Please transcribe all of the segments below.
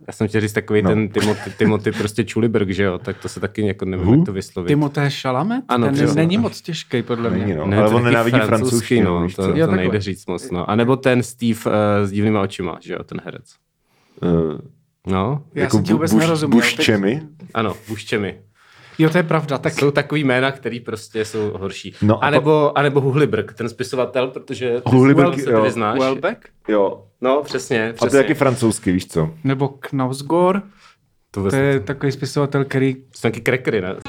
Já jsem chtěl říct takový ten Timothy prostě Čuliberg, že jo? Tak to se taky jako nevím, jak to vyslovit. Timothée Chalamet? Ano, ten není moc těžký, podle mě. Není, no. Ne, Ale to on taky nenávidí francouzský, francouzštinu. no, to nejde říct moc, no. A nebo ten Steve s divnýma očima, že jo, ten herec. No. Já Jako jsem ti vůbec nerozuměl. Buščemi? Ano, Buščemi. Jo, to je pravda. Tak Jsou takový jména, který prostě jsou horší. No, a nebo Huhlibrk, ten spisovatel, protože Huhlibrk, se tady znáš. Welbeck? Jo. No, přesně. A to je taky francouzský, víš co? Nebo Knausgård? To je takový spisovatel, který... Jsou taky crackery, ne?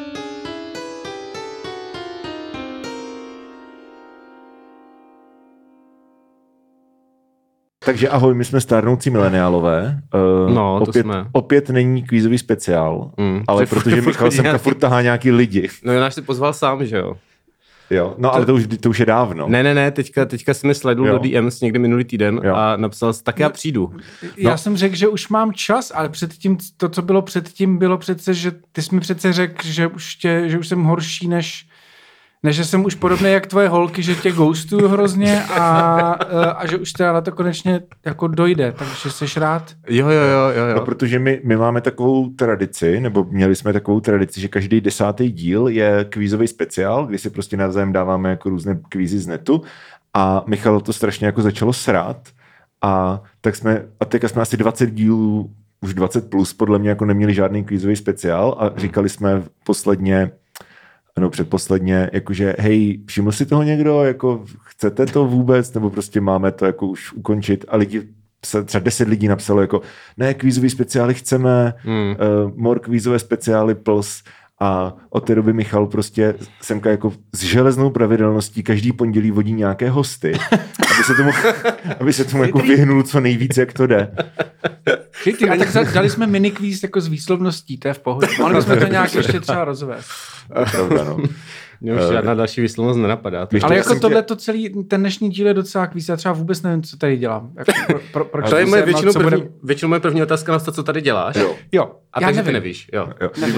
Takže ahoj, my jsme stárnoucí mileniálové. No, to jsme. Opět není kvízový speciál, ale protože Michal semka furt tahá nějaký lidi. No Jonáš si pozval sám, že jo? Jo, no ale to už je dávno. Ne, teďka jsi mi sledl do DMs někdy minulý týden a napsal jsi, tak já přijdu. Já jsem řekl, že už mám čas, ale předtím, to, co bylo předtím, bylo přece, že ty jsi mi přece řekl, že už jsem horší, než že jsem už podobný jak tvoje holky, že tě ghostuju hrozně a že už teda na to konečně jako dojde, takže jsi rád? Jo. No, protože my máme takovou tradici, nebo měli jsme takovou tradici, že každý 10. díl je kvízový speciál, kdy si prostě navzájem dáváme jako různé kvízy z netu a Michal to strašně jako začalo srát a teďka jsme asi 20 dílů, už 20 plus, podle mě jako neměli žádný kvízový speciál a říkali jsme předposledně, jakože hej, všiml si toho někdo, jako chcete to vůbec, nebo prostě máme to jako už ukončit a třeba 10 lidí napsalo jako ne, kvízový speciály chceme, more kvízové speciály plus a od té doby Michal prostě semka jako s železnou pravidelností každý pondělí vodí nějaké hosty, aby se tomu jako vyhnul co nejvíc, jak to jde. A tak dali jsme minikvíz jako s výslovností, to je v pohodě. Mohli bychom to nějak ještě třeba rozvést. Pravda, no. Mě už žádná další výslovnost nenapadá. Ale jako tohleto celý, ten dnešní díl je docela kvíz, já třeba vůbec nevím, co tady dělám. Jako, to je moje většinou moje první otázka na to, co tady děláš. Jo. A takže ty nevíš. Jo.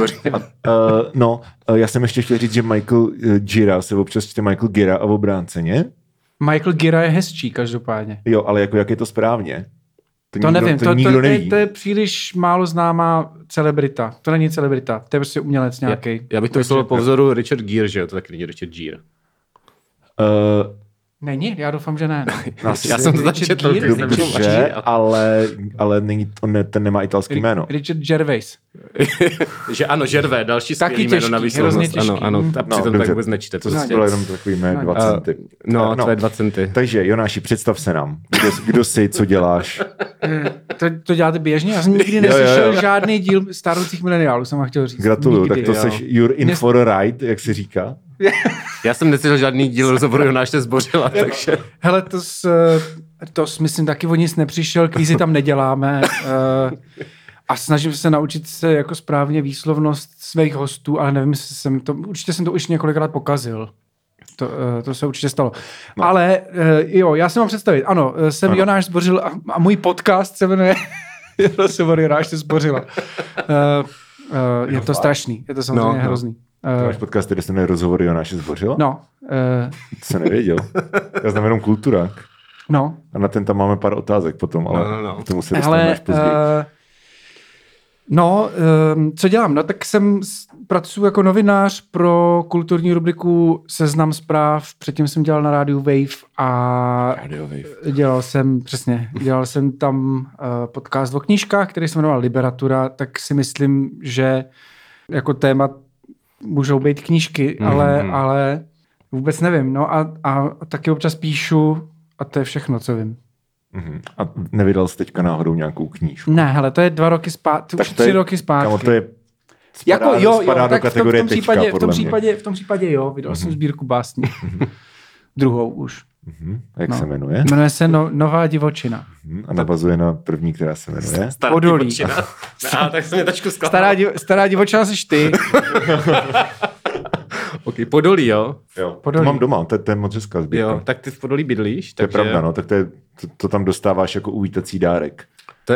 Já jsem ještě chtěl říct, že Michael Gira se občas čte Michael Gira a v obránceně. Michael Gira je hezčí, každopádně. Jo, ale jako jak je to správně? To nevím, to je příliš málo známá celebrita. To není celebrita, to je prostě umělec nějaký. Já bych to vyslovil po vzoru Richard Gere, že jo? To taky není Richard Gere. Není, já doufám, že ne. Já jsem to taky četl. Dobře, ale ten nemá italský jméno. Richard Gervais. Že ano, Gervais, další skvělý jméno na výslovnost. Ano, a přitom tak vůbec nečte. To bylo jenom takový jméno 2 centy. No, to je 2 centy. Takže Jonáši, představ se nám. Kdo jsi, co děláš? To děláte běžně? Já jsem nikdy neslyšel žádný díl stárnoucích mileniálů, jsem chtěl říct. Gratuluju, tak to seš you're in for a ride, jak se říká. Já jsem neslyšel žádný díl rozhovoru Jonáše Zbořila, takže... Hele, to myslím taky o nic nepřišel, kvízy tam neděláme a snažím se naučit se jako správně výslovnost svých hostů, ale nevím, určitě jsem to už několikrát pokazil. To se určitě stalo. No. Ale jo, já si mám představit. Ano, jsem Jonáš Zbořil a můj podcast se jmenuje Rozhovory Jonáše Zbořila. Je to strašný, je to samozřejmě hrozný. To máš podcast, který se jmenuje Rozhovory Jonáše Zbořila? No. To jsem nevěděl. Já znám jenom Kulturák. No. A na ten tam máme pár otázek potom, ale no. tomu se dostaneme až později. Co dělám? No tak pracuji jako novinář pro kulturní rubriku Seznam zpráv. Předtím jsem dělal na rádiu Wave a dělal jsem tam podcast o knížkách, který se jmenoval Liberatura, tak si myslím, že jako téma můžou být knížky, ale vůbec nevím. No a taky občas píšu a to je všechno, co vím. A nevydal jsi teďka náhodou nějakou knížku? Ne, hele, to je 2 roky zpátky, už 3 roky zpátky. Kamo, to je spadá do kategorie tečka, v tom případě jo, vydal jsem sbírku básní. Druhou už. Jak se jmenuje? Jmenuje se Nová divočina. A navazuje na první, která se jmenuje? Stará divočina. Tak se mě tačku zklamal. Stará divočina seš ty. Ok, Podolí, jo? Jo, Podolí. To mám doma, to je moc hezká sbírka. Jo, tak ty v Podolí bydlíš. To je pravda, no, tak to tam dostáváš jako uvítací dárek. To je...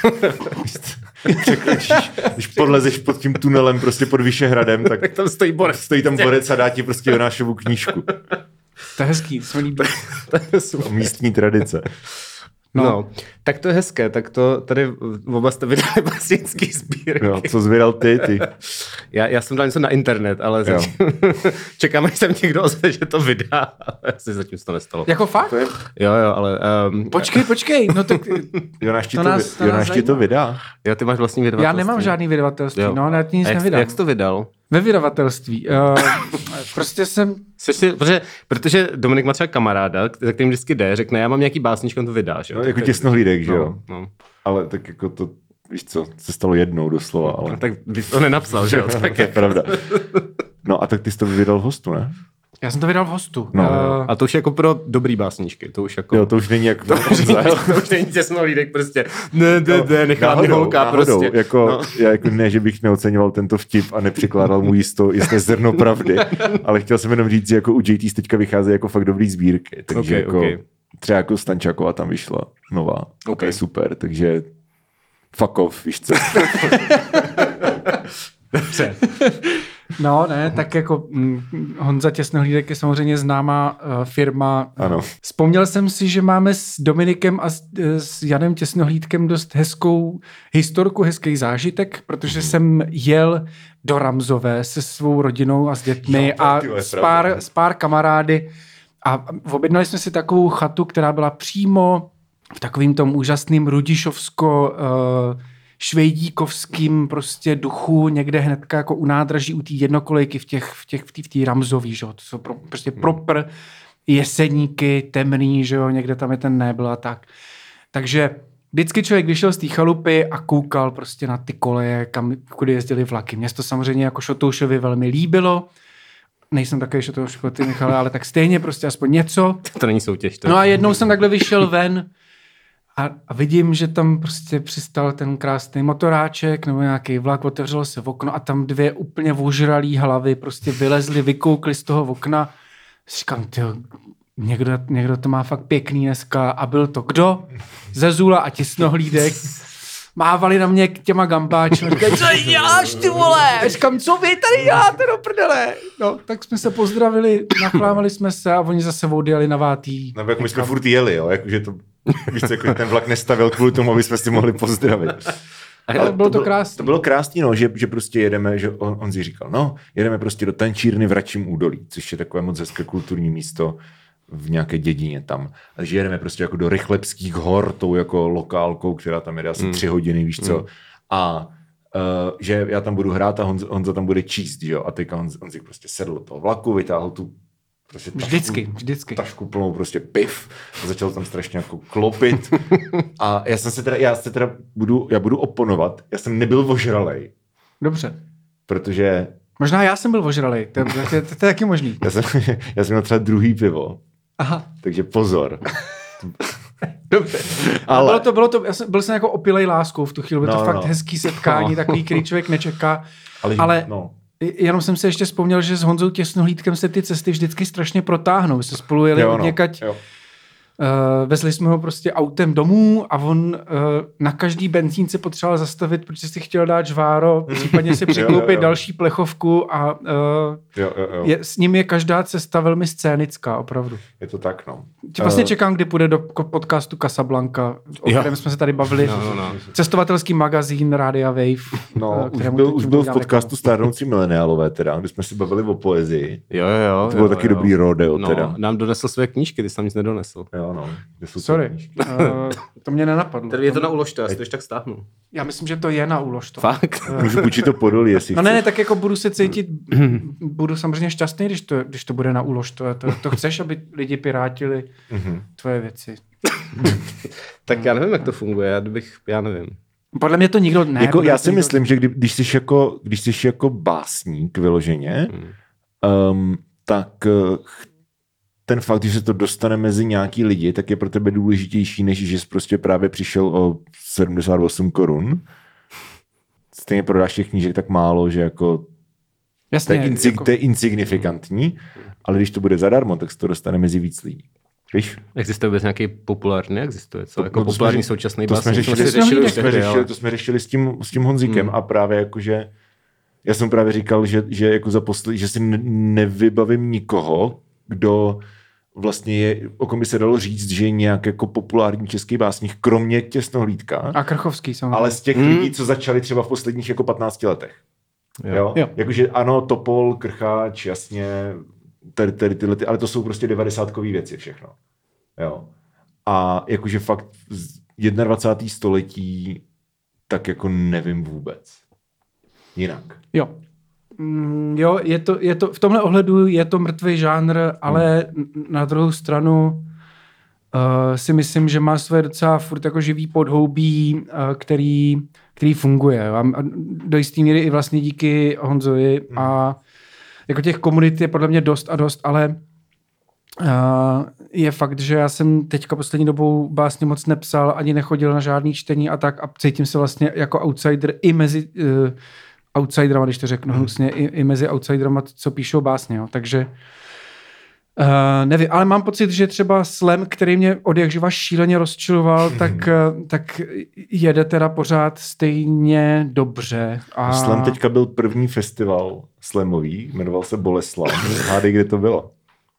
Když podlezeš pod tím tunelem prostě pod Vyšehradem, tak tam stojí borec. Stojí tam borec a dá ti prostě Jonášovu knížku. To je hezký, to se mi líbí. Místní tradice. No, Tak to je hezké, tak to tady oba jste vydali básnický sbírky. No, co jsi vydal ty? Já jsem dal něco na internet, ale zatím čekám, až se někdo ozve, že to vydá, ale asi zatím se to nestalo. Jako fakt? Jo, ale... Počkej, no tak... Jonáš ti to vydá? Jo, ty máš vlastní vydavatelství. Já nemám žádný vydavatelství, no, já ti nic nevydám. Jak jsi to vydal? Ve vydavatelství. Prostě jsem... Protože Dominik má třeba kamaráda, za kterým vždycky jde, řekne, já mám nějaký básničku, on to vydáš. No, jako Těsnohlídek, že jo? No. Ale tak jako to, víš co, se stalo jednou doslova, ale... No, tak bys to nenapsal, že jo? Tak to je pravda. No a tak ty jsi to vydal v Hostu, ne? Já jsem to vydal v Hostu. No. A to už jako pro dobrý básničky, to už jako... Jo, to už není jako... To už není Těsnohlídek, prostě. Ne, nechá mi holka prostě. Jako, no. Já jako ne, že bych neoceňoval tento vtip a nepřikládal mu jisté zrno pravdy, ale chtěl jsem jenom říct, že jako u JT teďka vycházejí jako fakt dobrý sbírky, takže okay. Třeba jako Stančáková tam vyšla nová, to je super, takže fuck off, víš co. Dobře. No, ne, tak jako Honza Těsnohlídek je samozřejmě známá firma. Ano. Vzpomněl jsem si, že máme s Dominikem a s Janem Těsnohlídkem dost hezkou historku, hezký zážitek, protože jsem jel do Ramzové se svou rodinou a s dětmi s pár kamarády a objednali jsme si takovou chatu, která byla přímo v takovým tom úžasným rudišovsko švejdíkovským prostě duchu, někde hnedka jako u nádraží, u té jednokolejky v té Ramzový, že jo, to jsou prostě proper jeseníky, temný, že jo, někde tam je ten nebl a tak. Takže vždycky člověk vyšel z té chalupy a koukal prostě na ty koleje, kudy jezdili vlaky. Mně to samozřejmě jako Šotoušovi velmi líbilo. Nejsem takový Šotouš jako ty, Michale, ale tak stejně prostě aspoň něco. To není soutěž. No a jednou jsem takhle vyšel ven a vidím, že tam prostě přistal ten krásný motoráček nebo nějaký vlak, otevřelo se okno a tam dvě úplně ožralý hlavy prostě vylezly, vykoukly z toho okna. Říkám, tyjo, někdo to má fakt pěkný dneska a byl to kdo? Zezula a Těsnohlídek. Mávali na mě těma gambáčima. Říkají, co děláš, ty vole? Říkám, co vy tady děláte do prdele? No, tak jsme se pozdravili, nachlámali jsme se a oni zase odjeli na vátý. No, jako my jsme furt jeli, jo, jakože to, víš co, jako ten vlak nestavil kvůli tomu, aby jsme si mohli pozdravit. Ale bylo to krásné. To bylo krásný, no, že prostě jedeme, že on si říkal, no, jedeme prostě do Tančírny v Račím údolí, což je takové moc hezké kulturní místo v nějaké dědině tam. Takže jedeme prostě jako do Rychlebských hor, tou jako lokálkou, která tam jede asi 3 hodiny, víš co. A že já tam budu hrát a Honza tam bude číst, jo. A teďka on si prostě sedl do toho vlaku, vytáhl tu prostě vždycky. Tašku plnou prostě piv a začal tam strašně jako klopit. A já budu oponovat. Já jsem nebyl ožralej. Dobře. Protože... Možná já jsem byl ožralej, to je taky možný. Já jsem měl třeba druhý pivo. Aha. Takže pozor. Dobře. Ale... Byl jsem jako opilej láskou v tu chvíli, bylo to fakt hezký setkání, takový, který člověk nečeká. Ale jenom jsem se ještě vzpomněl, že s Honzou Těsnohlídkem se ty cesty vždycky strašně protáhnou. Se spolu jeli od někať. Vezli jsme ho prostě autem domů a on na každý benzínce potřeboval zastavit, protože si chtěl dát žváro, případně si přikloupit další plechovku a s ním je každá cesta velmi scénická, opravdu. Je to tak, no. Vlastně čekám, kdy půjde do podcastu Casablanca, o kterém jsme se tady bavili. Cestovatelský magazín Rádia Wave. No, už byl v podcastu Stárnoucí mileniálové, teda, kdy jsme si bavili o poezii. Jo. To bylo taky dobrý rodeo, teda. Nám donesl své knížky, ty jsi tam nic nedonesl. No. Sorry, to mě nenapadlo. Tady je to na Uložto, já si to ještě tak stáhnu. Já myslím, že to je na Uložto. Fakt? Můžu půjčit to Podolí, jestli chceš. Ne, tak jako budu se cítit, budu samozřejmě šťastný, když to bude na Uložto. To chceš, aby lidi pirátili tvoje věci. Tak já nevím, jak to funguje, já nevím. Podle mě to nikdo ne. Jako, já si myslím, že když jsi jako básník vyloženě, tak ten fakt, že se to dostane mezi nějaký lidi, tak je pro tebe důležitější, než že jsi prostě právě přišel o 78 korun. Stejně prodáš těch knížek tak málo, že jako jasně, to je insignifikantní, ale když to bude zadarmo, tak se to dostane mezi víc lidí. Víš? Existuje vůbec nějaký populární? Neexistuje, co? Jako populární současný básník. To jsme řešili s tím Honzíkem a právě jakože já jsem právě říkal, že jako že si nevybavím nikoho, kdo vlastně o kom by se dalo říct, že je nějak jako populární český básník, kromě Těsnohlídka. A Krchovský samozřejmě. Ale z těch lidí, co začali třeba v posledních jako 15 letech. Jo? Jakože ano, Topol, Krcháč, jasně, tady tyhle, ale to jsou prostě 90kový věci všechno. Jo. A jakože fakt 21. století tak jako nevím vůbec. Jinak. Jo. Jo, je to, v tomhle ohledu je to mrtvý žánr, ale na druhou stranu si myslím, že má své docela furt jako živý podhoubí, který funguje. A do jistý míry i vlastně díky Honzovi a jako těch komunit je podle mě dost, ale je fakt, že já jsem teďka poslední dobou básně moc nepsal, ani nechodil na žádný čtení a tak a cítím se vlastně jako outsider i mezi outsiderama, když to řeknu hnusně, i mezi outsiderama, co píšou básně. Jo. Takže nevím, ale mám pocit, že třeba Slam, který mě od jak živa šíleně rozčiloval, tak jede teda pořád stejně dobře. A... Slam teďka byl první festival slamový, jmenoval se Boleslav. Hádej, kde to bylo?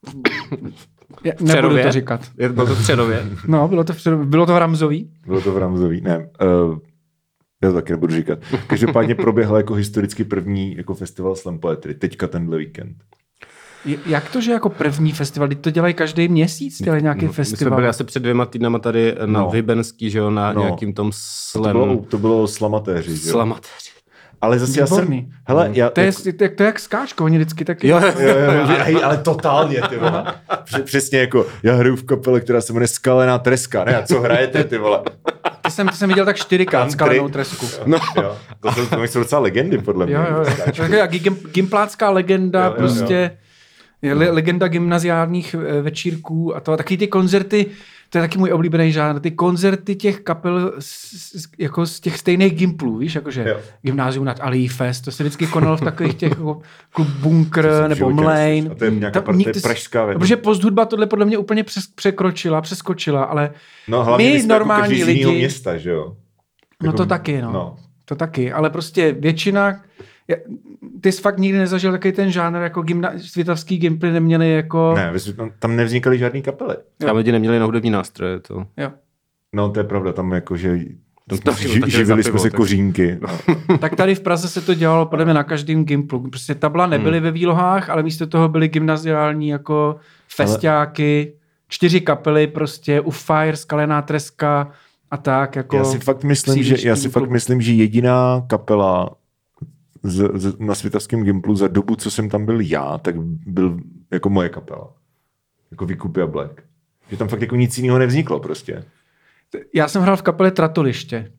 Nebudu to říkat. Bylo to v Přerově. No, bylo to v Přerově. Bylo to v Ramzový? Bylo to v Ramzový, ne. Já to taky nebudu říkat. Každopádně proběhl jako historicky první jako festival Slam Poetry. Teďka tenhle víkend. Jak to, že jako první festival? To dělají každý měsíc, dělají nějaký festival? My jsme byli asi před 2 týdnami tady na Vybenský, že jo, na nějakým tom Slam. To bylo Slamatéři, že jo? Slamatéři. Ale zase já jsem... Hele, to je jak skáčko, oni vždycky taky... Jo, ale totálně, ty vole. Přesně jako, já hraju v kapele, která se jmenuje Skalená treska, ne? A co hrajete, ty vole? Ty jsem viděl tak 4krát Skalenou tresku. No. Jo, to jsou docela legendy, podle mě. Jo. Gimplácká legenda, prostě... Legenda gymnaziálních večírků a to. Taky ty koncerty, to je taky můj oblíbený žánr, ty koncerty těch kapel jako z těch stejných gimplů, víš, jakože Gymnázium nad Alí Fest, to se vždycky konalo v takových těch jako klub Bunkr nebo Mlejn. A to je nějaká pražská věc. Protože posthudba tohle podle mě úplně přeskočila, ale no, hlavně my normální lidi... města, že jo? No to taky, no. To taky, ale prostě většina... Ty jsi fakt nikdy nezažil takový ten žánr, jako světavský gimply neměli jako... Ne, tam nevznikaly žádný kapely. Tam lidi neměli na hudební nástroje. To. Jo. No to je pravda, tam jako, že živili jsme se kořínky. No. Tak tady v Praze se to dělalo podle mě na každém gimplu. Prostě tabla nebyly ve výlohách, ale místo toho byly gymnaziální jako festiáky, 4 kapely prostě, Fire, Skalená treska a tak jako... Já si fakt myslím, že jediná kapela na světavském gimplu za dobu, co jsem tam byl já, tak byl jako moje kapela. Jako Výkupy a Black. Že tam fakt jako nic jiného nevzniklo prostě. Já jsem hrál v kapele Tratoliště.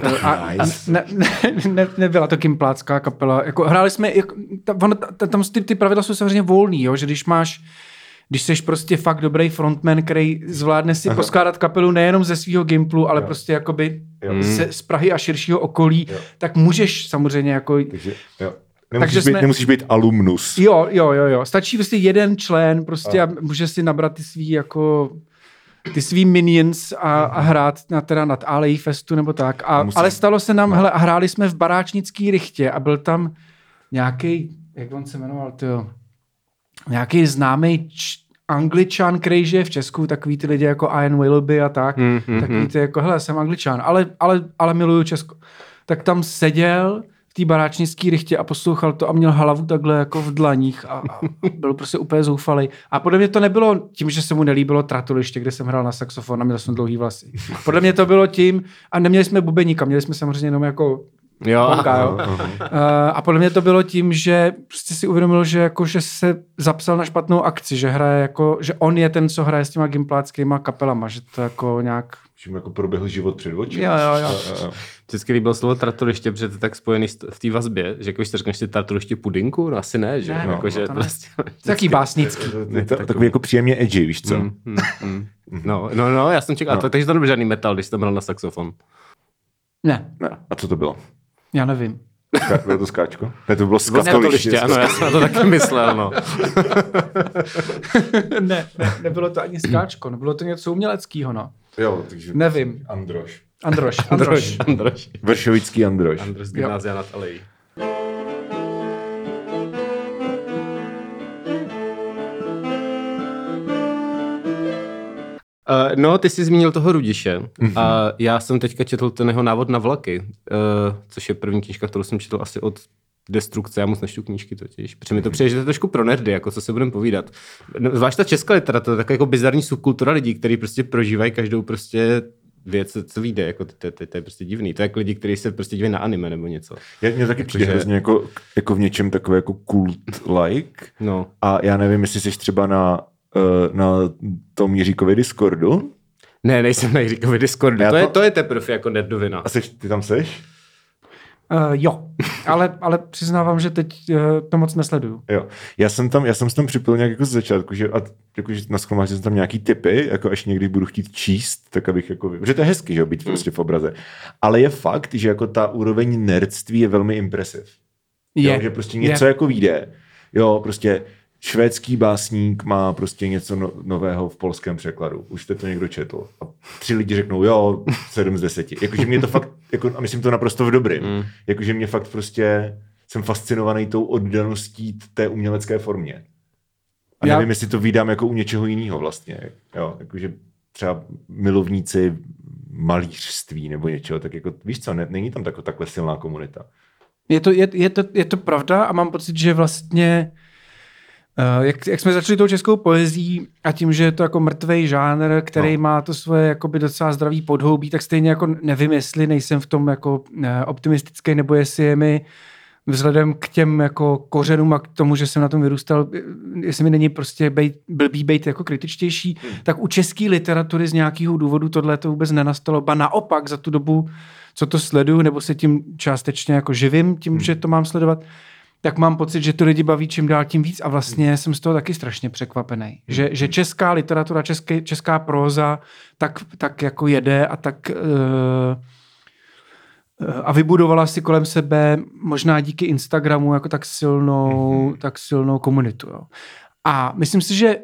Nebyla to gimplácká kapela. Jako, hráli jsme, tam ty pravidla jsou samozřejmě volný, jo? Že když seš prostě fakt dobrý frontman, který zvládne si poskládat kapelu nejenom ze svého gimplu, ale prostě jakoby z Prahy a širšího okolí, tak můžeš samozřejmě jako... Nemusíš být alumnus. Jo. Stačí prostě jeden člen prostě a může si nabrat ty svý minions a hrát nad Alej Festu nebo tak. Ale stalo se nám, hele, hráli jsme v Baráčnický Rychtě a byl tam nějaký, jak on se jmenoval, nějaký známý Angličan, který žije v Česku, takový ty lidi jako Ian Willoughby a tak, takový ty jako, hele, jsem Angličan, ale miluju Česko. Tak tam seděl v té Baráčnický Rychtě a poslouchal to a měl hlavu takhle jako v dlaních a byl prostě úplně zoufalej. A podle mě to nebylo tím, že se mu nelíbilo Tratoliště, kde jsem hrál na saxofon a měl jsem dlouhý vlasy. Podle mě to bylo tím, a neměli jsme bubeníka, měli jsme samozřejmě jenom jako a podle mě to bylo tím, že prostě si uvědomil, že se zapsal na špatnou akci, že hraje jako, že on je ten, co hraje s těma gimpláckýma kapelama, že to jako nějak... Že mu jako proběhl život před očima. Jo. Vždycky líbilo slovo Tratoliště, protože to je tak spojený v té vazbě, že když řekneš si Tratoliště pudinku, no asi ne, že? Ne, jako, že prostě... Taký básnický. Takový jako příjemně edgy, víš co? No, já jsem čekal, takže to nebyl žádný metal, když jsem hrál na saxofon. Ne. A co to bylo? Já nevím. Bylo to skáčko? Ne, to bylo skatoliště. Ano, já jsem na to taky myslel, no. Nebylo to ani skáčko, nebylo to něco uměleckého, no. Jo, takže... Nevím. Androš. Vršovický Androš. Androš z Gymnázia nad Alejí. No, ty jsi zmínil toho Rudiše. A já jsem teďka četl ten jeho návod na vlaky, což je první knížka, kterou jsem četl asi od Destrukce. Já moc nečtu knížky totiž. Protože mi to přijde, že to je trošku pro nerdy, jako co se budeme povídat. Zvlášť ta česká literatura, to je taková jako bizarní subkultura lidí, kteří prostě prožívají každou prostě věc, co vyjde, jako to je prostě divný. To je jako lidi, kteří se prostě dívají na anime nebo něco. Mě taky přijde hrozně jako v něčem takové jako kult-like. No. A já nevím, jestli jsi třeba na tom Jiříkově Discordu. Ne, nejsem na Jiříkově Discordu. To je teprve jako nerdovina. A ty tam seš? Jo, ale přiznávám, že teď to moc nesleduju. Jo, já jsem se tam připojil nějak jako z začátku, že na schválně jsem tam nějaký tipy, jako až někdy budu chtít číst, tak abych jako, protože to je hezky, že být prostě v obraze. Ale je fakt, že jako ta úroveň nerdství je velmi impresiv. Že prostě něco jako vyjde. Jo, prostě švédský básník má prostě něco nového v polském překladu. Už jste to někdo četl. A 3 lidi řeknou, jo, 7 z 10. Jakože mě to fakt, a myslím to naprosto v dobrým. Jakože mě fakt prostě, jsem fascinovaný tou oddaností té umělecké formě. A nevím, jestli to vídám jako u něčeho jiného vlastně. Jo, jakože třeba milovníci malířství nebo něčeho, tak jako, víš co, není tam takhle silná komunita. Je to pravda a mám pocit, že vlastně jak jsme začali tou českou poezí a tím, že je to jako mrtvej žánr, který má to svoje jakoby docela zdravý podhoubí, tak stejně jako nevím, jestli nejsem v tom jako optimistický, nebo jestli je mi vzhledem k těm jako kořenům a k tomu, že jsem na tom vyrůstal, jestli mi není prostě blbý bejt jako kritičtější, tak u české literatury z nějakého důvodu tohle to vůbec nenastalo. Ba naopak za tu dobu, co to sleduju, nebo se tím částečně jako živím, tím, že to mám sledovat, tak mám pocit, že to lidi baví čím dál tím víc a vlastně jsem z toho taky strašně překvapený. Že česká literatura, česká próza tak jako jede a tak a vybudovala si kolem sebe možná díky Instagramu jako tak silnou komunitu. Jo. A myslím si, že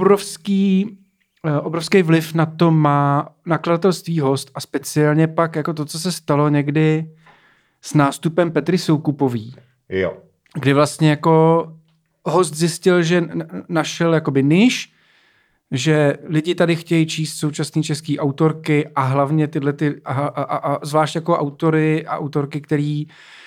obrovský vliv na to má nakladatelství Host a speciálně pak jako to, co se stalo někdy s nástupem Petry Soukupový. Jo. Kdy vlastně jako Host zjistil, že našel jakoby niž, že lidi tady chtějí číst současné české autorky a hlavně tyhle a zvlášť jako autory a autorky, který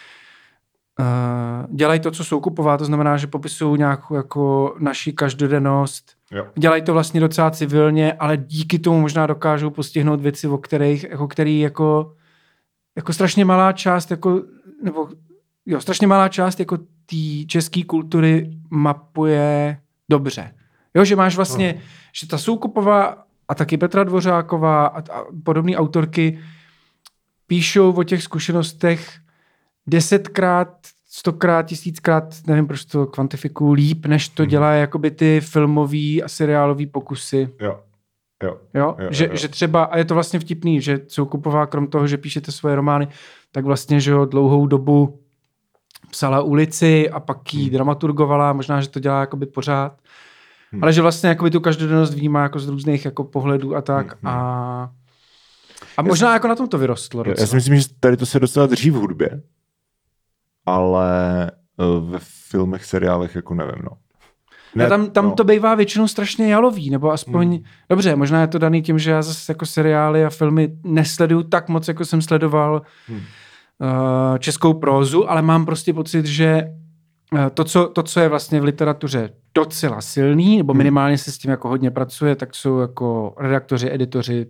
dělají to, co Soukupová, to znamená, že popisují nějakou jako naši každodennost. Jo. Dělají to vlastně docela civilně, ale díky tomu možná dokážou postihnout věci, o kterých jako strašně malá část strašně malá část jako té české kultury mapuje dobře. Jo, že máš vlastně, že ta Soukupová a taky Petra Dvořáková a podobné autorky píšou o těch zkušenostech 10krát, 100krát, 1000krát, nevím, proč to kvantifikuju, líp, než to dělá jakoby ty filmový a seriálový pokusy. Jo. Že třeba, a je to vlastně vtipný, že Soukupová, krom toho, že píšete svoje romány, tak vlastně, že dlouhou dobu psala Ulici a pak jí dramaturgovala, možná, že to dělá jakoby pořád. Ale že vlastně jakoby tu každodennost vnímá jako z různých jako pohledů a tak. A možná jako na tom to vyrostlo. Já si myslím, že tady to se docela drží v hudbě, ale ve filmech, seriálech jako nevím, no. Tam to bývá většinou strašně jalový, nebo aspoň, dobře, možná je to daný tím, že já zase jako seriály a filmy nesleduju tak moc, jako jsem sledoval českou prózu, ale mám prostě pocit, že to, co je vlastně v literatuře docela silný, nebo minimálně se s tím jako hodně pracuje, tak jsou jako redaktoři, editoři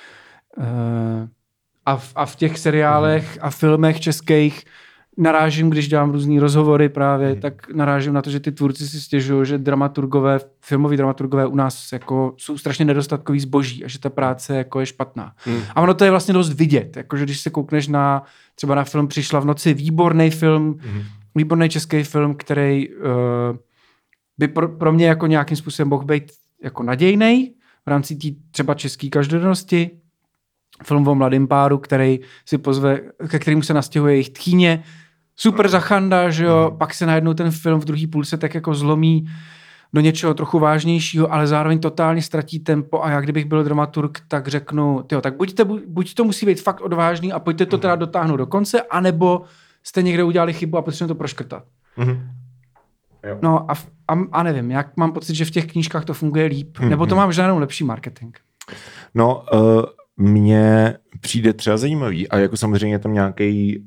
a v těch seriálech a filmech českých narážím, když dělám různý rozhovory právě, tak narážím na to, že ty tvůrci si stěžují, že filmoví dramaturgové u nás jako jsou strašně nedostatkový zboží a že ta práce jako je špatná. A ono to je vlastně dost vidět, jakože když se koukneš třeba na film Přišla v noci, výborný film, výborný český film, který by pro mě jako nějakým způsobem mohl být jako nadějnej v rámci té třeba české každodennosti. Film o mladém páru, který si pozve, ke kterému se nastěhuje jejich tchýně. Super zachanda, že jo, pak se najednou ten film v druhé půlce tak jako zlomí do něčeho trochu vážnějšího, ale zároveň totálně ztratí tempo a já kdybych byl dramaturg, tak řeknu, tak buď to musí být fakt odvážný a pojďte to teda dotáhnout do konce, anebo jste někde udělali chybu a potřebujeme to proškrtat. Jo. No a nevím, jak mám pocit, že v těch knížkách to funguje líp, nebo to mám žádnou lepší marketing. No, mně přijde třeba zajímavý a jako samozřejmě tam nějaký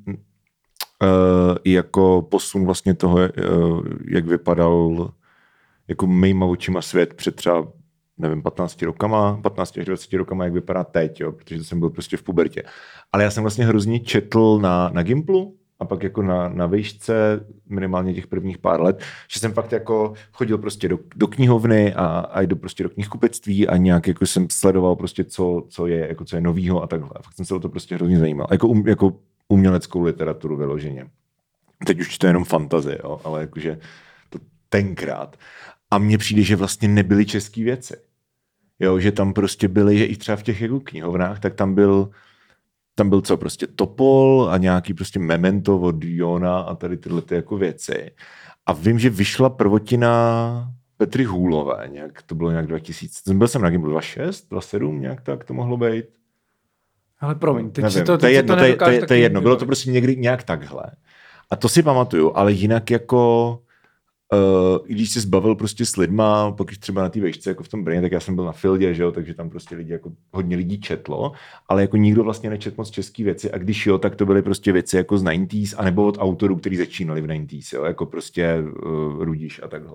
jako posun vlastně toho, jak vypadal jako mýma očima svět před třeba nevím, 15 až 20 rokama, jak vypadá teď, jo, protože jsem byl prostě v pubertě. Ale já jsem vlastně hrozně četl na Gimplu a pak jako na výšce minimálně těch prvních pár let, že jsem fakt jako chodil prostě do knihovny a do prostě do knihkupectví a nějak jako jsem sledoval prostě co je novýho a takhle. A fakt jsem se o to prostě hrozně zajímal. Jako uměleckou literaturu vyloženě. Teď už to je jenom fantazie, jo, ale jakože to tenkrát. A mně přijde, že vlastně nebyly český věci. Jo, že tam prostě byly, že i třeba v těch jako knihovnách, tak tam byl co prostě Topol a nějaký prostě Memento od Jona a tady tyhle ty jako věci. A vím, že vyšla prvotina Petry Hůlové, nějak, to bylo nějak 2000, byl jsem na Gimplu 2006, 2007, nějak tak to mohlo být. Ale promiň, teď nevím, si to je jedno, bylo to prostě někdy nějak takhle. A to si pamatuju, ale jinak jako když jsi zbavil prostě s lidma, pokud třeba na té vejšce, jako v tom Brně, tak já jsem byl na Fieldě, že jo, takže tam prostě hodně lidí četlo, ale jako nikdo vlastně nečetl moc český věci a když jo, tak to byly prostě věci jako z 90s, anebo od autorů, kteří začínali v 90s, jo, jako prostě Rudíš a takhle.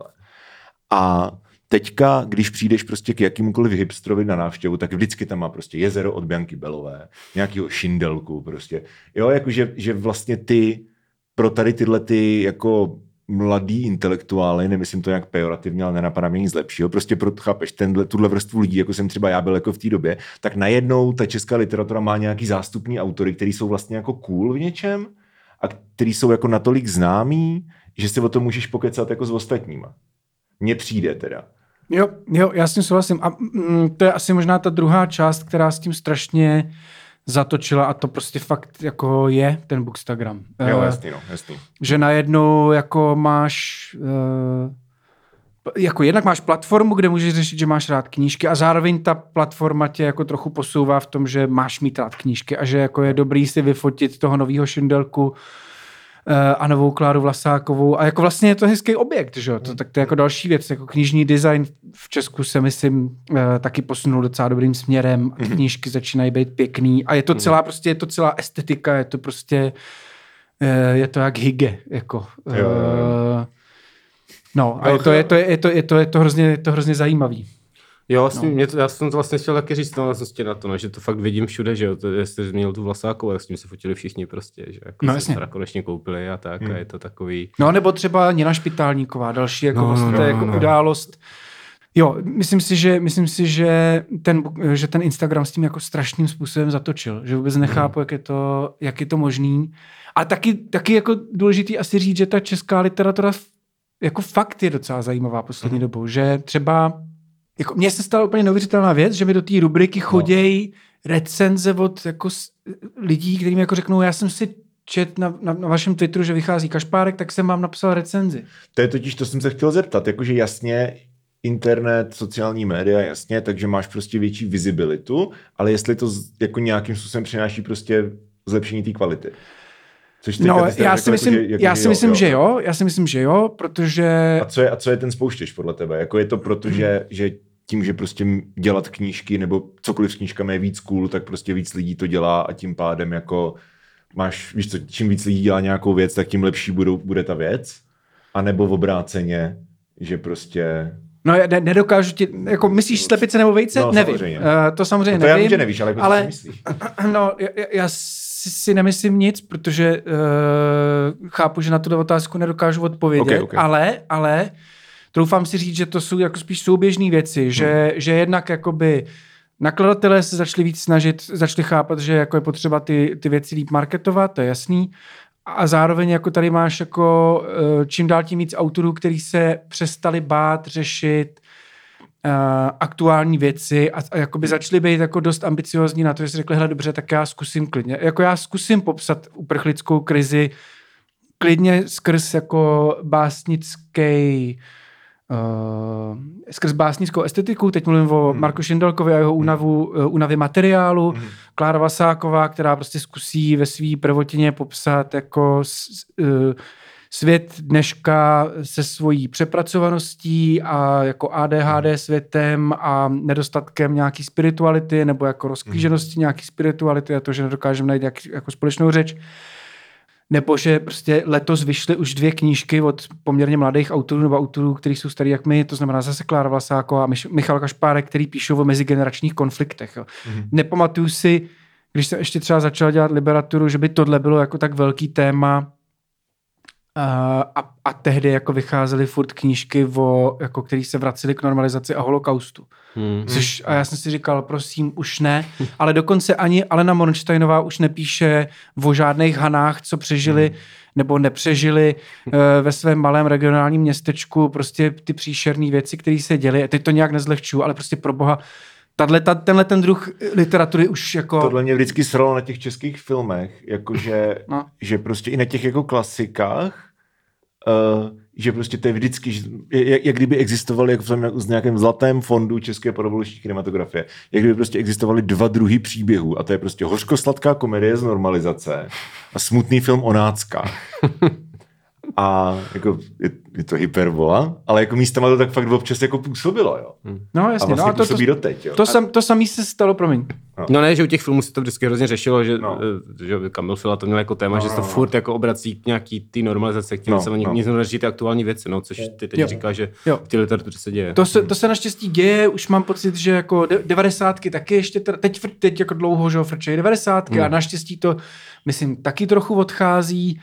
A teďka, když přijdeš prostě k jakýmukoliv hipstrovi na návštěvu, tak vždycky tam má prostě Jezero od Bianky Belové, nějakýho Šindelku prostě. Jo, jakože že vlastně ty pro tady tyhle ty jako mladý intelektuály, nemyslím to nějak pejorativně, ale nenapadá mě nic lepšího, prostě chápeš, tuhle vrstvu lidí, jako jsem třeba já byl jako v té době, tak najednou ta česká literatura má nějaký zástupný autory, který jsou vlastně jako cool v něčem a který jsou jako natolik známí, že si o tom můžeš pokecat jako s ostatníma. Mně přijde teda. Jo, já s tím souhlasím. A to je asi možná ta druhá část, která s tím strašně zatočila a to prostě fakt jako je ten Bookstagram. Jo, jasný. Že najednou jako máš jako jednak máš platformu, kde můžeš řešit, že máš rád knížky a zároveň ta platforma tě jako trochu posouvá v tom, že máš mít rád knížky a že jako je dobrý si vyfotit toho novýho Šindelku a novou Kláru Vlasákovou a jako vlastně je to hezký objekt, že jo? Tak to je jako další věc, jako knižní design v Česku se myslím taky posunul docela dobrým směrem a ty knížky začínají být pěkný a je to celá prostě, je to celá estetika, je to prostě je to jak hygge, jako. No a je to hrozně zajímavý. Jo, vlastně, já jsem to vlastně chtěl taky říct na to, no, že to fakt vidím všude, že jo, jestli jsi měl tu Vlasákovou, tak s tím se fotili všichni prostě, že jako se teda konečně koupili a tak a je to takový. No nebo třeba Nina Špitálníková, další jako vlastně jako událost. Jo, myslím si, že ten Instagram s tím jako strašným způsobem zatočil, že vůbec nechápu, jak je to možný. A taky jako důležitý asi říct, že ta česká literatura jako fakt je docela zajímavá poslední dobou, že třeba jako mně se stala úplně neuvěřitelná věc, že mi do té rubriky chodějí recenze od jako lidí, kterým jako řeknou, já jsem si čet na vašem Twitteru, že vychází Kašpárek, tak jsem vám napsal recenzi. To je totiž, to jsem se chtěl zeptat, jakože jasně internet, sociální média, jasně, takže máš prostě větší vizibilitu, ale jestli to jako nějakým způsobem přináší prostě zlepšení té kvality. No, já si myslím, že jo, protože... A co je ten spouštěč podle tebe? Jako je to proto, že tím, že prostě dělat knížky nebo cokoliv s knížkami je víc cool, tak prostě víc lidí to dělá a tím pádem jako máš, víš co, čím víc lidí dělá nějakou věc, tak tím lepší bude ta věc? A nebo v obráceně, že prostě... No já nedokážu ti, jako myslíš slepice nebo vejce? No, nevím. Samozřejmě. To samozřejmě no to nevím. Já vím, že nevíš, ale jako co si myslíš? No, já si nemyslím nic, protože chápu, že na tuto otázku nedokážu odpovědět, okay. Ale troufám si říct, že to jsou jako spíš souběžné věci, že jednak jakoby nakladatelé se začali víc snažit, začali chápat, že jako je potřeba ty věci líp marketovat, to je jasný. A zároveň jako tady máš jako čím dál tím víc autorů, kteří se přestali bát řešit aktuální věci a jakoby začali být jako dost ambiciozní na to, že si řekli, hele dobře, tak já zkusím klidně. Jako já zkusím popsat uprchlickou krizi klidně skrz jako skrz básnickou estetiku, teď mluvím o Marku Šindelkovi a jeho únavě materiálu, Klára Vlasáková, která prostě zkusí ve svý prvotině popsat jako svět dneška se svojí přepracovaností a jako ADHD světem a nedostatkem nějaký spirituality nebo jako rozklíženosti nějaký spirituality a to, že nedokážeme najít jako společnou řeč. Nebo že prostě letos vyšly už 2 knížky od poměrně mladých autorů nebo autorů, kteří jsou starý jak my, to znamená zase Klára Vlasáková a Michal Kašpárek, který píšou o mezigeneračních konfliktech. Jo. Nepamatuju si, když jsem ještě třeba začal dělat literaturu, že by tohle bylo jako tak velký téma a tehdy jako vycházely furt knížky, jako který se vracely k normalizaci a holokaustu. A já jsem si říkal, prosím, už ne, ale dokonce ani Alena Mornsteinová už nepíše o žádných Hanách, co přežili nebo nepřežili ve svém malém regionálním městečku, prostě ty příšerné věci, které se děly. Teď to nějak nezlehčuju, ale prostě pro boha, tenhle ten druh literatury už jako... Tohle mě vždycky sralo na těch českých filmech, jakože že prostě i na těch jako klasikách, že prostě to je vždycky, jak kdyby existovaly jako v nějakém zlatém fondu české porevoluční kinematografie, jak kdyby prostě existovaly 2 druhy příběhů a to je prostě hořkosladká komedie z normalizace a smutný film o náckách. A jako je to hyperbola, ale jako místama to tak fakt občas jako působilo, jo. No jasně. A vlastně působí doteď, jo. To samý se stalo, promiň. No ne, že u těch filmů se to vždycky hrozně řešilo, že Kamil Fila to měl jako téma, že se to furt jako obrací k nějaký té normalizace, k těm se nic neřeší ty aktuální věci, no, což ty teď říkáš, že v té literatuře se děje. To se naštěstí děje, už mám pocit, že jako 90ky taky ještě, teď jako dlouho, že frčejí 90ky a naštěstí to, myslím, taky trochu odchází.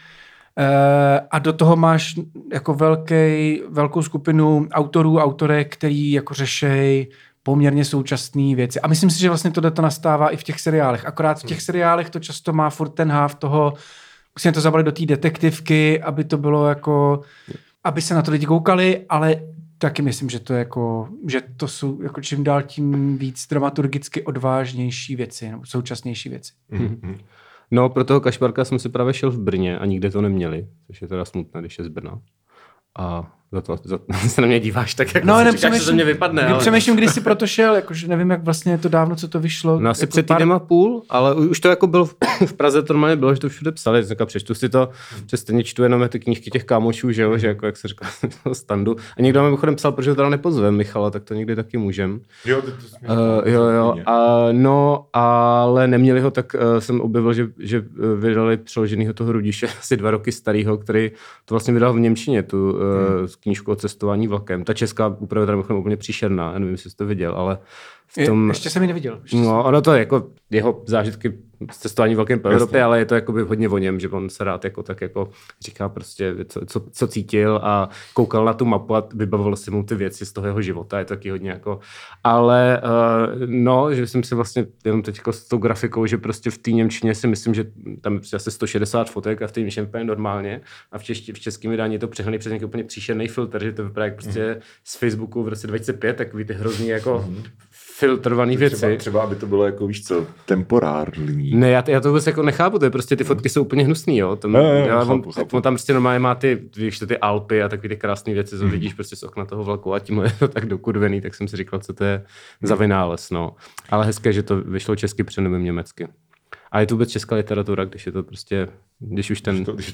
A do toho máš jako velkou skupinu autorů, autorek, který jako řešejí poměrně současné věci. A myslím si, že vlastně to nastává i v těch seriálech. Akorát v těch seriálech to často má furt ten háv toho, musíme to zabali do té detektivky, aby to bylo jako, aby se na to lidi koukali, ale taky myslím, že to jako, že to jsou jako čím dál tím víc dramaturgicky odvážnější věci, nebo současnější věci. No, pro toho Kašparka jsem si právě šel v Brně a nikde to neměli, což je teda smutné, když je z Brna. A za to se na mě díváš tak, jak říkáš, že ze mě vypadne. Ale... Přemýšlím, když jsi proto šel, jakože nevím, jak vlastně je to dávno, co to vyšlo. No asi před týdnem a půl, ale už to jako bylo v Praze, to normálně bylo, že to všude psali, říkám, přečtu si to, přesně čtu jenom ty knížky těch kámošů, že jo, že jako, jak se říká, standu. A někdo mi mimochodem psal, protože ho teda nepozvem, Michala, tak to někdy taky můžem. Jo, jo. No, ale neměli ho, tak jsem objevil, že vydali přeloženýho toho Rudiše, asi 2 roky starýho, který to vlastně vydal v němčině, tu knížku o cestování vlakem. Ta česká úprava je teda úplně příšerná, já nevím, jestli jsi to viděl, ale v tom... Ještě jsem ji neviděl. No, ono to je jako jeho zážitky z cestování vlakem po Evropě, ale je to jakoby hodně o něm, že on se rád jako tak jako říká prostě, co cítil a koukal na tu mapu a vybavoval si mu ty věci z toho jeho života, je to taky hodně jako... Ale no, že jsem si vlastně jenom teď jako s tou grafikou, že prostě v té němčině si myslím, že tam je prostě asi 160 fotek a v té němčině úplně normálně a v českém vydání je to přehnaný přes nějaký úplně příšerný filtr, že to vypadá jak prostě z Facebooku v roce 2005, takový ty hrozný jako filtrovaný věci. Třeba, aby to bylo jako, víš co, temporární. Ne, já to vůbec jako nechápu, to je prostě ty fotky jsou úplně hnusný, jo. On tam prostě normálně má ty Alpy a takový ty krásné věci, co vidíš prostě z okna toho vlaku a tím je to tak dokurvený, tak jsem si říkal, co to je za vynález, no. Ale hezké, že to vyšlo česky, přenomím německy. A je to vůbec česká literatura, když je to prostě, když už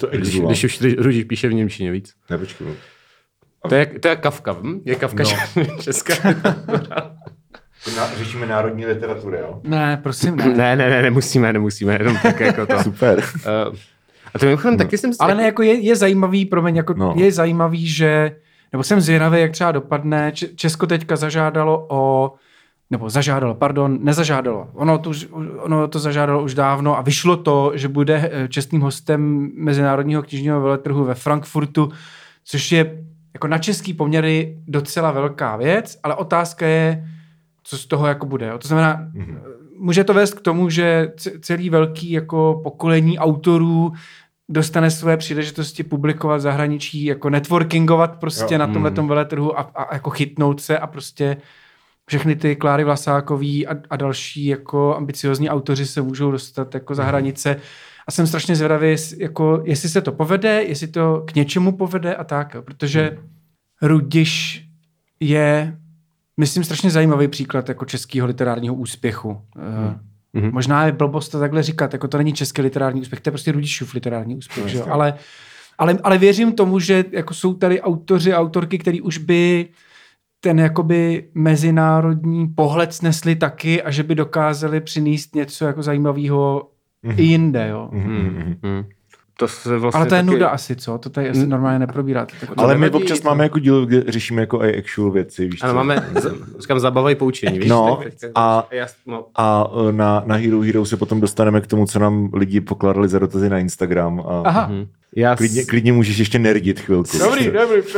Rudík píše v němčině víc. Nepočkej. To je Kafka, Je Kafka česká literatura. Řešíme národní literatury, jo? Ne, prosím, ne. Ne, nemusíme, jenom tak jako to. Super. A to mimochodem taky jsem... Ale ne, jako je zajímavý, promiň, jako je zajímavý, že, nebo jsem zvědavý, jak třeba dopadne, Česko teďka nezažádalo. Ono to zažádalo už dávno a vyšlo to, že bude čestným hostem Mezinárodního knižního veletrhu ve Frankfurtu, což je jako na český poměry docela velká věc, ale otázka je, co z toho jako bude. To znamená, může to vést k tomu, že celý velký jako pokolení autorů dostane své příležitosti publikovat v zahraničí, jako networkingovat prostě na tomhletom veletrhu a jako chytnout se a prostě všechny ty Kláry Vlasákový a další jako ambiciozní autoři se můžou dostat jako za hranice. A jsem strašně zvědavý, jako, jestli se to povede, jestli to k něčemu povede a tak, protože Rudiš je, myslím, strašně zajímavý příklad jako českého literárního úspěchu. Možná je blbost to takhle říkat, jako to není český literární úspěch, to je prostě Rudišův literární úspěch, že? Ale Ale věřím tomu, že jako jsou tady autoři a autorky, který už by ten jakoby mezinárodní pohled snesli taky a že by dokázali přinést něco jako zajímavého i jinde, jo. To se vlastně ale to je taky... nuda asi, co? To tady asi normálně neprobíráte. Ale my občas máme jako díl, kde řešíme jako i actual věci, víš co? Ano, máme, říkám, zabava i poučení, víš? No, a na Hero Hero se potom dostaneme k tomu, co nám lidi pokládali za dotazy na Instagram. A Aha. Klidně můžeš ještě nerdit chvilku. Dobrý.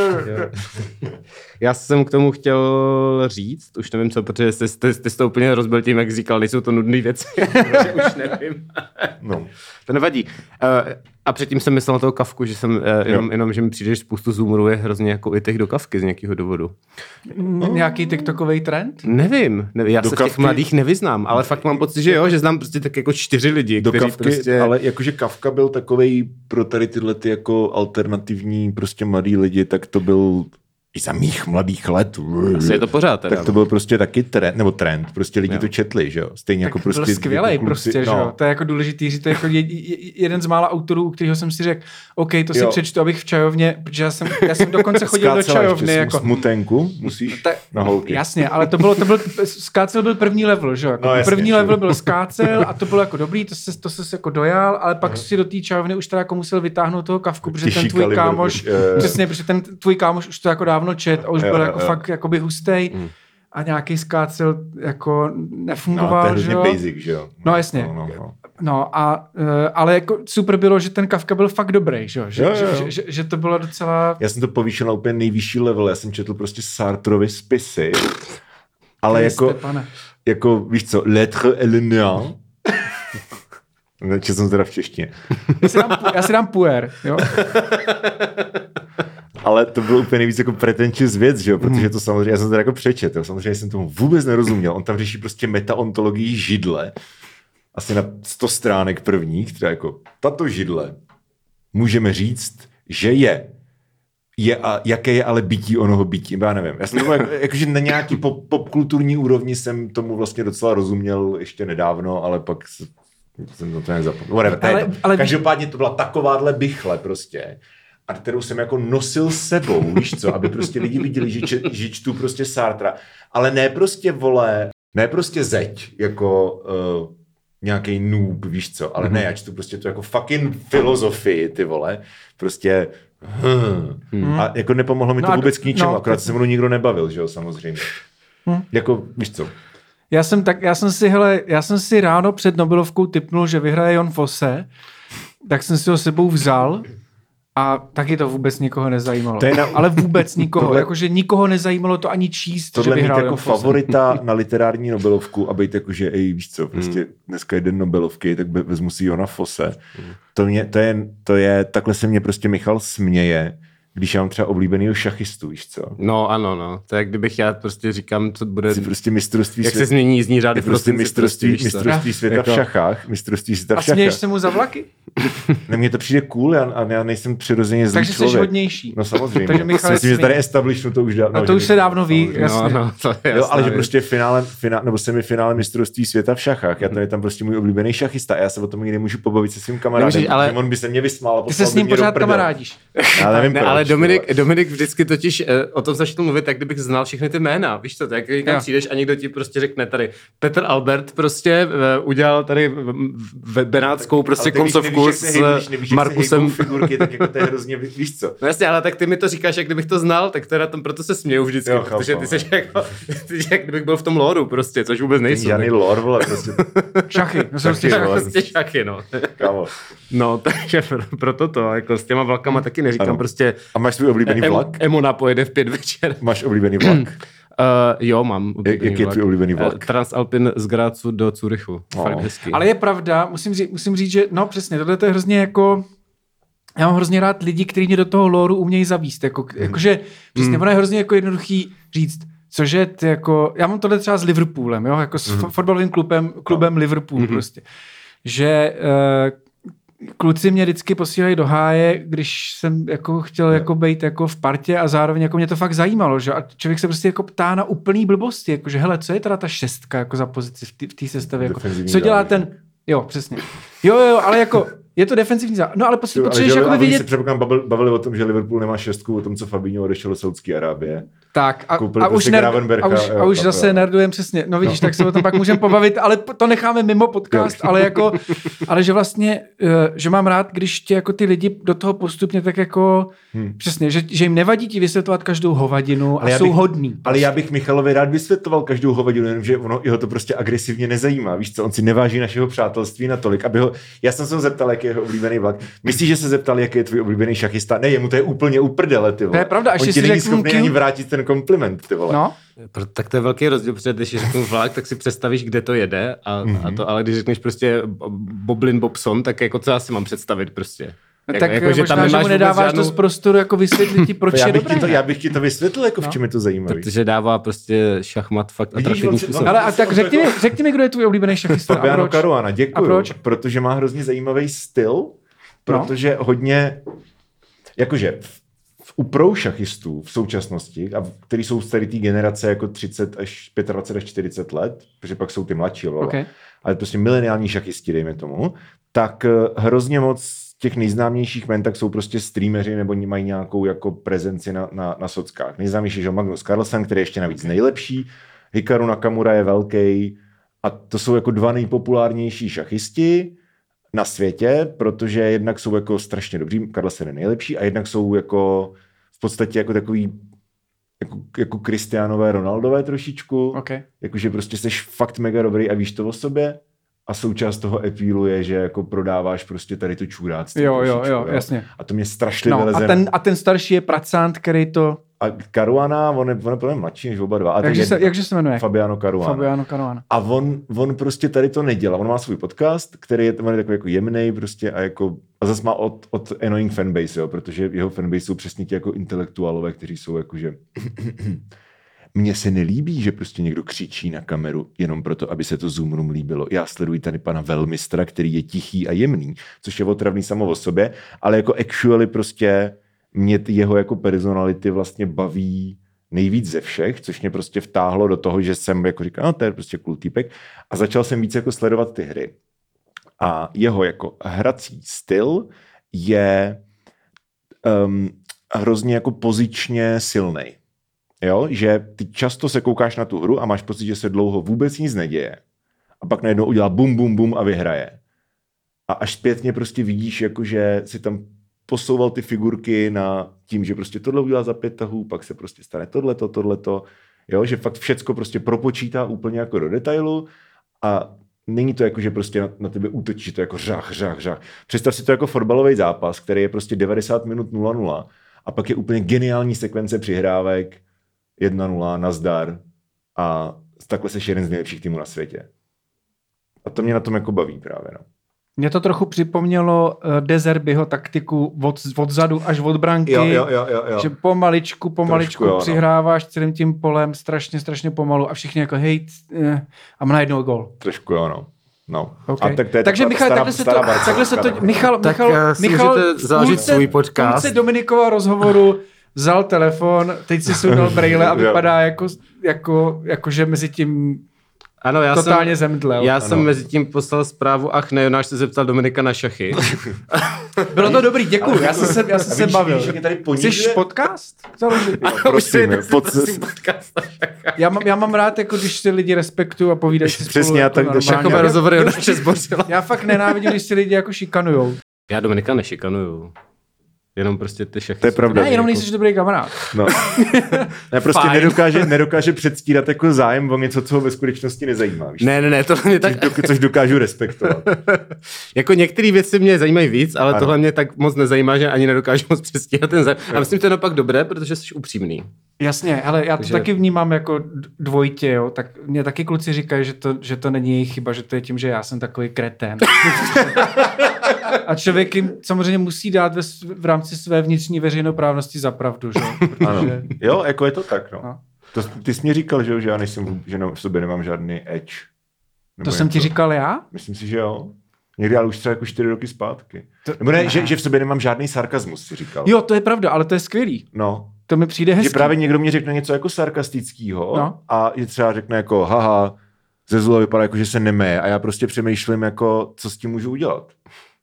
Já jsem k tomu chtěl říct, už nevím co, protože ty jsi to úplně rozbil tím, jak říkal, nejsou to nudné věci, takže už nevím. No. To nevadí. A předtím jsem myslel na toho Kafku, že jsem jenom, že mi přijde, že spoustu zoomerů je hrozně jako i těch do Kafky z nějakého důvodu. Nějaký TikTokový trend? Nevím, já se v těch mladých nevyznám, ale fakt mám pocit, že jo, že znám prostě tak jako 4 lidi, do kteří Kafky, prostě... ale jakože Kafka byl takovej pro tady tyhle ty jako alternativní prostě mladý lidi, tak to byl i za mých mladých let. Asi je to pořád teda. Tak to byl prostě taky trend, prostě lidi to četli, že jo. Stejně tak jako prostě... byl skvělej jako prostě, že jo. To je jako důležitý říct, to je jako jeden z mála autorů, u kterého jsem si řekl, OK, to si přečtu, abych v čajovně, protože já jsem dokonce chodil do čajovny. Jako smutenku musíš na holky. Jasně, ale to byl skácel byl první level, že jo. Jako jasně, první level byl skácel a to bylo jako dobrý, to se jako dojal, ale pak si do té čajovny už teda jako musel vytáhnout toho Kafku, protože ten tvůj kámoš, přesně, protože ten tvůj kámoš už to jako dávno čet a už byl jako fakt jakoby hustej a nějaký skácel jako nefungoval, no, že jo. Basic, že jo. No jasně. No a ale jako super bylo, že ten Kafka byl fakt dobrý, že jo. Že to bylo docela... Já jsem to povýšil na úplně nejvyšší level, já jsem četl prostě Sartrovy spisy, ale jako víš co, Lettre et le néant. Četl jsem teda v češtině. Já si dám puer, jo. Ale to bylo úplně nejvíc jako pretentious věc, že jo, protože to samozřejmě, já jsem to jako přečet, jo, samozřejmě jsem tomu vůbec nerozuměl. On tam řeší prostě metaontologii židle, asi na 100 stránek prvních, teda jako tato židle, můžeme říct, že je a jaké je ale bytí onoho bytí, já nevím. Já jsem tomu jakože na nějaký popkulturní úrovni jsem tomu vlastně docela rozuměl ještě nedávno, ale pak jsem to nějak zapomněl. Ale každopádně to byla takováhle bychle prostě, a kterou jsem jako nosil s sebou, víš co, aby prostě lidi viděli, že čtu prostě Sartra, ale ne prostě zeď, jako nějaký noob, víš co, ale ne, já čtu prostě to jako fucking filozofii, ty vole, prostě a jako nepomohlo mi to vůbec k ničemu, akorát se mnou nikdo nebavil, že jo, samozřejmě. Jako, víš co. Já jsem si ráno před Nobelovkou tipnul, že vyhraje Jon Fosse, tak jsem si ho sebou vzal a taky to vůbec nikoho nezajímalo. Ale vůbec nikoho. Jakože nikoho nezajímalo to ani číst, tohle že vyhrál jako favorita na literární Nobelovku a být jakože, víš co, prostě dneska je den Nobelovky, tak vezmu si Jona Fosse. To je, takhle se mě prostě Michal směje, když já mám třeba oblíbenýho šachistu, víš co? No ano, no. To je, kdybych já prostě říkám, co bude... Prostě mistrovství jak se změní jízdní řády. Prostě mistrovství světa v šachách. Mistrovství světa v šachách. A směješ se mu za vlaky? Ne, mně to přijde cool, a já nejsem přirozeně zlý člověk. Takže jsi hodnější. No samozřejmě. Takže Michal myslím, že tady establishnu to už dávno. A to už se dávno ví, jasně. No, to je jo, ale že prostě nebo semifinále mistrovství světa v šachách. Já to je tam prostě můj oblíbený šachista. A já se o tom nikdy nemůžu pobavit se svým kamarádem. Ale on by se mě vysmál. Ty se s ním pořád kamarádíš. Ale Dominik vždycky totiž o tom začal mluvit, tak kdybych znal všechny ty jména. Víš co, tak někam přijdeš a někdo ti prostě řekne tady Petr Albert prostě udělal tady benátskou prostě koncovku s Markusem. Figurky, tak jako to je hrozně, víš co. No jasně, ale tak ty mi to říkáš, jak kdybych to znal, tak teda tam proto se směju vždycky, jo, protože ty jsi jako, jak kdybych byl v tom lóru prostě, což vůbec nejsou. Žádný lór, vole, prostě. Šachy, šachy, no. Kámo. No, takže proto to, jako s těma vlakama taky neříkám ano. Prostě. A máš svůj oblíbený vlak? Emona pojede v 5 večer. Máš oblíbený vlak? Jo, mám oblíbený vlak. Jak je tvůj oblíbený vlak? Transalpin z Grácu do Curychu. Fakt hezký. Ale je pravda, musím říct, že no přesně, tohle to je hrozně jako... Já mám hrozně rád lidi, kteří mě do toho lóru umějí zavíst. Jakože přesně, ono je hrozně jako jednoduchý říct, cože ty jako... Já mám tohle třeba s Liverpoolem, jo, jako s fotbalovým klubem Liverpool prostě. Že... kluci mě vždycky posílají do háje, když jsem jako chtěl jako být jako v partě a zároveň jako mě to fakt zajímalo, že a člověk se prostě jako ptá na úplný blbosti, jakože hele, co je teda ta šestka jako za pozici v té sestavě, jako, co dělá ten, jo, přesně, Jo, ale jako je to defensivní zápas. No ale prostě potřebuješ jako vidět. vidět. Se předpokládám bavili o tom, že Liverpool nemá 6, o tom, co Fabinho odešel do Saúdské Arábie. Tak a prostě už zase nerdujeme přesně. No vidíš, tak se o tom pak můžeme pobavit, ale to necháme mimo podcast, ale že vlastně, že mám rád, když tě jako ty lidi do toho postupně tak jako přesně, že jim nevadí ti vysvětlovat každou hovadinu a jsou hodní. Ale já bych Michalovi rád vysvětloval každou hovadinu, jenomže jeho to prostě agresivně nezajímá. Víš co, on si neváží našeho přátelství natolik, aby ho... Já jsem se ho zeptal, jaký je jeho oblíbený vlak. Myslíš, že se zeptal, jaký je tvůj oblíbený šachista? Ne, jemu to je úplně uprdele, ty vole. To je pravda, on ti není schopný ani vrátit ten kompliment, ty vole. No. Tak to je velký rozdíl, protože když řeknu vlak, tak si představíš, kde to jede, a to, ale když řekneš prostě Boblin Bobson, tak jako co já si mám představit prostě. Tak jako, že možná, že mu nedáváš dost prostoru jako vysvětlit ti, proč je dobré. Já bych ti to vysvětlil, jako v čem je to zajímavé. Protože dává prostě šachmat fakt atraktivní způsob. Ale a tak řekni mi, kdo je tvůj oblíbený šachista. Fabiano Caruana, děkuju. A proč? Protože má hrozně zajímavý styl, protože hodně, jakože u pro šachistů v současnosti, a který jsou z té generace jako 30 až 25 až 40 let, protože pak jsou ty mladší, ale prostě mileniální šachisti, dejme tomu, tak hrozně moc těch nejznámějších men tak jsou prostě streameři nebo mají nějakou jako prezenci na sockách. Nejznámější je Magnus Carlsen, který je ještě navíc nejlepší, Hikaru Nakamura je velký a to jsou jako dva nejpopulárnější šachisti na světě, protože jednak jsou jako strašně dobří, Carlsen je nejlepší, a jednak jsou jako v podstatě jako takový jako Cristianové, Ronaldové trošičku. Jakože prostě seš fakt mega dobrý a víš to o sobě. A součást toho appealu je, že jako prodáváš prostě tady to čůráctví. Jo, jasně. A to mě strašně vyleze. A ten starší je pracant, který to... A Caruana, on je podle mladší než oba dva. Jakže se jmenuje? Fabiano Caruana. A on prostě tady to nedělá. On má svůj podcast, který je takový jako jemnej prostě a zase má od annoying fanbase, jo, protože jeho fanbase jsou přesně ti jako intelektuálové, kteří jsou jakože... Mně se nelíbí, že prostě někdo křičí na kameru jenom proto, aby se to Zoomroom líbilo. Já sleduji tady pana velmistra, který je tichý a jemný, což je otravný samo o sobě, ale jako actually prostě mě jeho jako personality vlastně baví nejvíc ze všech, což mě prostě vtáhlo do toho, že jsem jako říkal, no to je prostě cool týpek, a začal jsem víc jako sledovat ty hry. A jeho jako hrací styl je hrozně jako pozičně silnej. Jo, že ty často se koukáš na tu hru a máš pocit, že se dlouho vůbec nic neděje. A pak najednou udělá bum, bum, bum a vyhraje. A až zpětně prostě vidíš, jako že si tam posouval ty figurky na tím, že prostě tohle udělá za 5 tahů, pak se prostě stane tohleto. Jo, že fakt všecko prostě propočítá úplně jako do detailu a není to jako, že prostě na tebe útočí, to jako řach. Představ si to jako fotbalový zápas, který je prostě 90 minut 0-0 a pak je úplně geniální sekvence přihrávek 1-0, nazdar a takhle seš jeden z nejlepších týmů na světě. A to mě na tom jako baví právě, no. Mě to trochu připomnělo De Zerbiho taktiku od zadu až od branky. Jo. Že pomaličku přihráváš celým tím polem strašně pomalu a všichni jako hej a najednou gól. Trošku jo, no. Okay. A tak to je takže Michal, takhle se to Michal založit svůj podcast. V Dominikova rozhovoru vzal telefon, teď si sundal brejle a vypadá jako že mezi tím ano, totálně zemdlel. Já jsem mezi tím poslal zprávu, ne, Jonáš se zeptal Dominika na šachy. Bylo to dobrý, děkuju, já jsem se bavil. Chceš podcast? Prosím, podcast. Já mám rád, jako když si lidi respektují a povídají si spolu. Přesně, jako tak šachové rozhovory Jonáše zbořila. Já fakt nenávidím, když si lidi jako šikanujou. Já Dominika nešikanuju. Jenom prostě ty šachy. To je pravda. Ne, jenom nejsi dobrý kamarád. No. Ne, prostě nedokáže předstírat jako zájem o něco, co ho ve skutečnosti nezajímá. Víš? Ne, tohle mě tak... Což dokážu respektovat. Jako některé věci mě zajímají víc, ale tohle mě tak moc nezajímá, že ani nedokážu moc předstírat ten zájem. A myslím, že to je naopak dobré, protože jsi upřímný. Jasně, ale já to taky vnímám jako dvojitě, jo. Tak mě taky kluci říkají, že to není jejich chyba, že to je tím, že já jsem takový kretén. A člověk jim samozřejmě musí dát v rámci své vnitřní veřejnoprávnosti za pravdu, že? Protože... Ano. Jo, jako je to tak, no. Ty jsi mi říkal, že já nejsem, že v sobě nemám žádný edge. To jsem ti říkal já? Myslím si, že jo. Někdy, ale už třeba jako 4 roky zpátky. Nebo ne, že v sobě nemám žádný sarkazmus, si říkal. Jo, to je pravda, ale to je skvělý. No. To mi přijde hezký. Že právě někdo mě řekne něco jako sarkastického a je třeba řekne jako haha, ze zula vypadá jako, že se nemeje a já prostě přemýšlím jako, co s tím můžu udělat.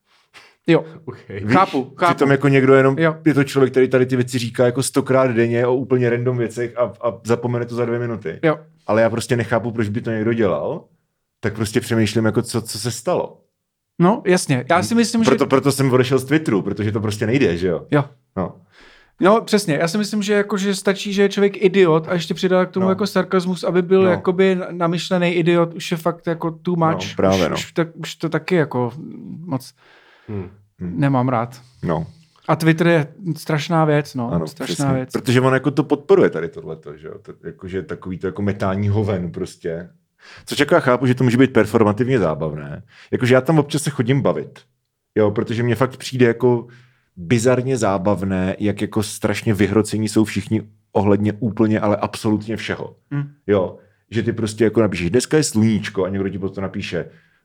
Jo, Okay. chápu. Přitom jako někdo jenom, Jo. je to člověk, který tady ty věci říká jako 100krát denně o úplně random věcech a zapomene to za 2 minuty. Jo. Ale já prostě nechápu, proč by to někdo dělal, tak prostě přemýšlím jako, co se stalo. No, jasně. Já si myslím, že... Proto jsem odešel z Twitteru, protože to prostě nejde, že jo? Jo. No. No, přesně. Já si myslím, že, jako, že stačí, že je člověk idiot a ještě přidá k tomu No. jako sarkazmus, aby byl No. jakoby namyšlený idiot, už je fakt jako too much. No, právě, Už to taky jako moc nemám rád. No. A Twitter je strašná věc, no. Ano, strašná přesně. věc. Protože on jako to podporuje tady tohleto, že jo? Jakože takový to jako metání hoven prostě. Což jako já chápu, že to může být performativně zábavné. Jakože já tam občas se chodím bavit. Jo, protože mně fakt přijde jako bizarně zábavné, jak jako strašně vyhrocení jsou všichni ohledně úplně, ale absolutně všeho. Jo, že ty prostě jako napíšeš, dneska je sluníčko a někdo ti potom napíše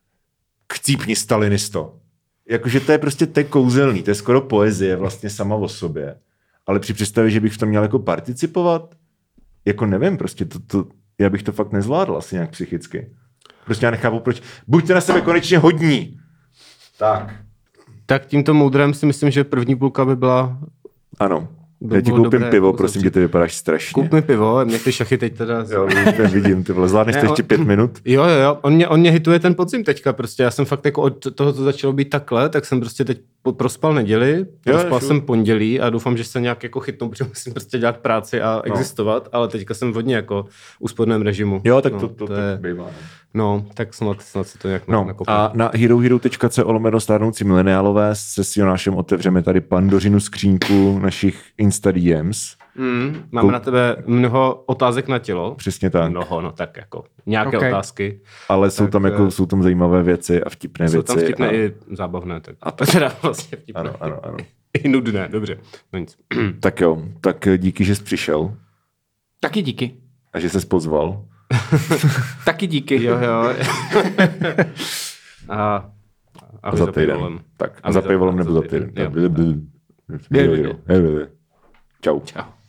chcípni stalinisto. Jakože to je prostě to je kouzelný, to je skoro poezie vlastně sama o sobě. Ale při představě, že bych v tom měl jako participovat, jako nevím, prostě já bych to fakt nezvládl asi nějak psychicky. Prostě já nechápu, proč. Buďte na sebe konečně hodní. Tak. Tak tímto moudrem si myslím, že první půlka by byla... Ano. By Já ti bylo koupím dobré pivo, jako prosím zavřít. tě, ty vypadáš strašně. Kup mi pivo, mě ty šachy teď teda... Jo, vidím, ty vole. Zvládneš Ne, to ještě 5 minut? Jo, on mě hituje ten podzim teďka prostě, já jsem fakt jako od toho, co začalo být takhle, tak jsem prostě teď prospal neděli, prospal jsem pondělí a doufám, že se nějak jako chytnu, protože musím prostě dělat práci a existovat, ale teďka jsem hodně jako v úsporném režimu. Jo, tak no, to je, bývá. no, tak snad se to nějak No, nakopne. a na herohero.co/stárnoucí mileniálové se s Jonášem otevřeme tady Pandořinu skřínku našich Insta DMs. Máme na tebe mnoho otázek na tělo. Přesně tak. Mnoho, no tak jako nějaké Okay. otázky. Ale jsou tam jako, jsou tam zajímavé věci a vtipné Jsou věci. tam vtipné a... i zábavné. Tak. A to teda vlastně vtipné. Ano. I nudné, dobře. No nic. Tak jo, tak díky, že jsi přišel Taky díky. a že jsi pozval. Taky díky. Jo. A za týden. Tak, a za pivolem nebo za týden. Jo. Čau. Čau.